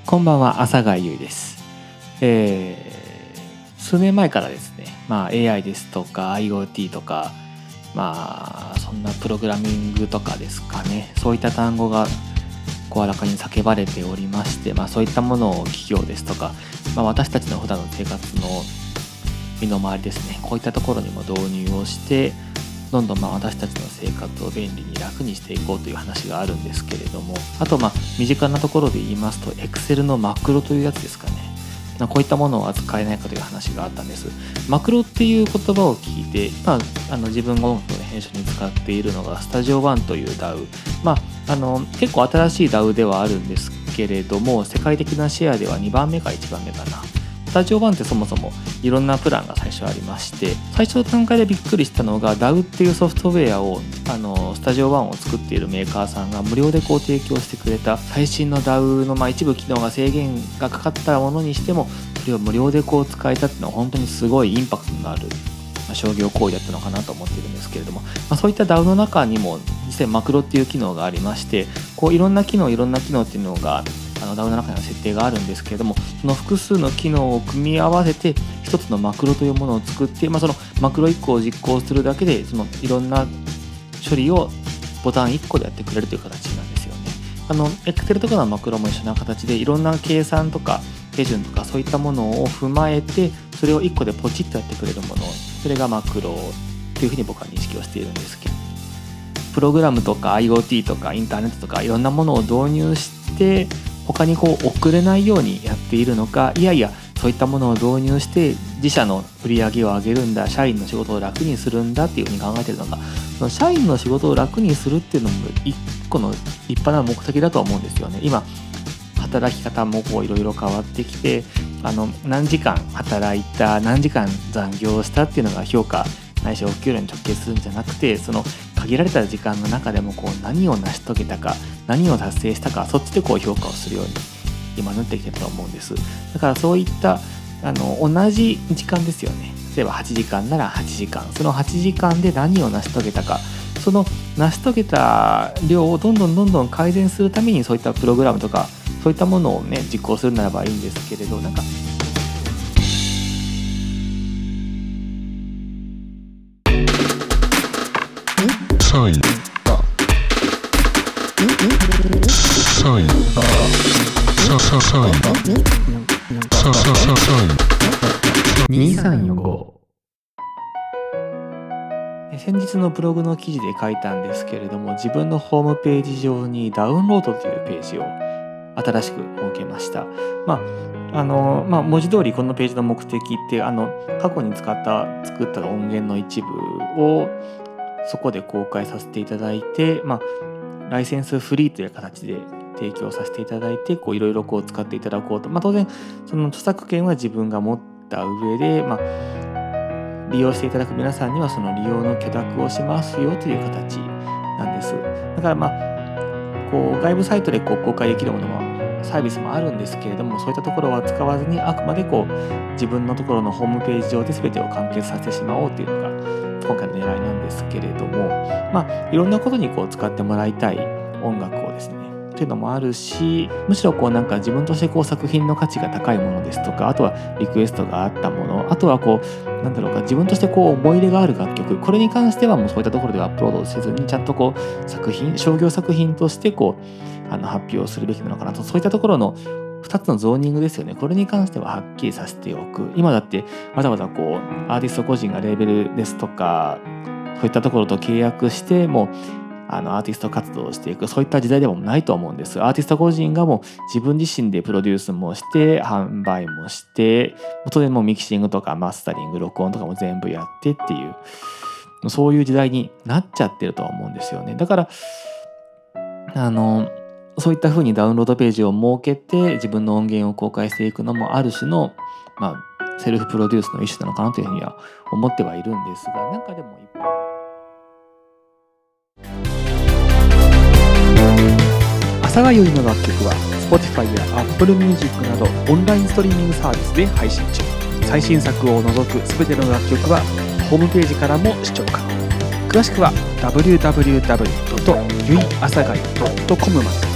こんばんは、朝貝優です。数年前からですね、AI ですとか IoT とか、そんなプログラミングとかですかね、そういった単語が声高に叫ばれておりまして、そういったものを企業ですとか、私たちの普段の生活の身の回りですね、こういったところにも導入をしてどんどん私たちの生活を便利に楽にしていこうという話があるんですけれども、あと身近なところで言いますと Excel のマクロというやつですかね、こういったものを扱えないかという話があったんです。マクロっていう言葉を聞いて、自分が音楽の編集に使っているのがスタジオ1という DAW、結構新しい DAW ではあるんですけれども、世界的なシェアでは2番目か1番目かな。スタジオ1ってそもそもいろんなプランが最初ありまして、最初の段階でびっくりしたのが DAW っていうソフトウェアをスタジオ1を作っているメーカーさんが無料で提供してくれた最新の DAW の一部機能が制限がかかったものにしてもそれを無料で使えたっていうのは本当にすごいインパクトのある商業行為だったのかなと思っているんですけれども、そういった DAW の中にも実際マクロっていう機能がありまして、いろんな機能っていうのがDAW の中には設定があるんですけれども、その複数の機能を組み合わせて一つのマクロというものを作って、そのマクロ1個を実行するだけでそのいろんな処理をボタン1個でやってくれるという形なんですよね。Excel とかのマクロも一緒な形でいろんな計算とか手順とかそういったものを踏まえてそれを1個でポチッとやってくれるもの、それがマクロというふうに僕は認識をしているんですけど、プログラムとか IoT とかインターネットとかいろんなものを導入して他に遅れないようにやっているのか、いやいやそういったものを導入して自社の売り上げを上げるんだ、社員の仕事を楽にするんだっていうふうに考えているのか、その社員の仕事を楽にするっていうのも一個の立派な目的だと思うんですよね。今働き方もいろいろ変わってきて、何時間働いた、何時間残業したっていうのが評価ないしお給料に直結するんじゃなくて、その限られた時間の中でも何を成し遂げたか、何を達成したか、そっちで評価をするように今なってきてると思うんです。だからそういった同じ時間ですよね。例えば8時間なら8時間、その8時間で何を成し遂げたか、その成し遂げた量をどんどん改善するためにそういったプログラムとかそういったものをね実行するならばいいんですけれど、2345先日のブログの記事で書いたんですけれども、自分のホームページ上にダウンロードというページを新しく設けました。文字通りこのページの目的って過去に作った音源の一部をそこで公開させていただいて、ライセンスフリーという形で提供させていただいていろいろ使っていただこうと、当然その著作権は自分が持った上で、利用していただく皆さんにはその利用の許諾をしますよという形なんです。だから外部サイトで公開できるものもサービスもあるんですけれども、そういったところは使わずにあくまで自分のところのホームページ上で全てを完結させてしまおうというのが今回の狙いなんですけれども、いろんなことに使ってもらいたい音楽をですねというのもあるし、むしろ自分として作品の価値が高いものですとか、あとはリクエストがあったもの、あとは自分として思い入れがある楽曲、これに関してはもうそういったところではアップロードせずにちゃんと商業作品として発表するべきなのかなと、そういったところの2つのゾーニングですよね。これに関してははっきりさせておく。今だってわざわざアーティスト個人がレーベルですとかそういったところと契約してもアーティスト活動をしていく、そういった時代でもないと思うんです。アーティスト個人がもう自分自身でプロデュースもして販売もして当然もうミキシングとかマスタリング録音とかも全部やってっていうそういう時代になっちゃってるとは思うんですよね。だからそういった風にダウンロードページを設けて自分の音源を公開していくのもある種のセルフプロデュースの一種なのかなというふうには思ってはいるんですが、中でも朝がよりの楽曲は Spotify や Apple Music などオンラインストリーミングサービスで配信中。最新作を除くすべての楽曲はホームページからも視聴可能。詳しくは www.yuiasagai.com まで。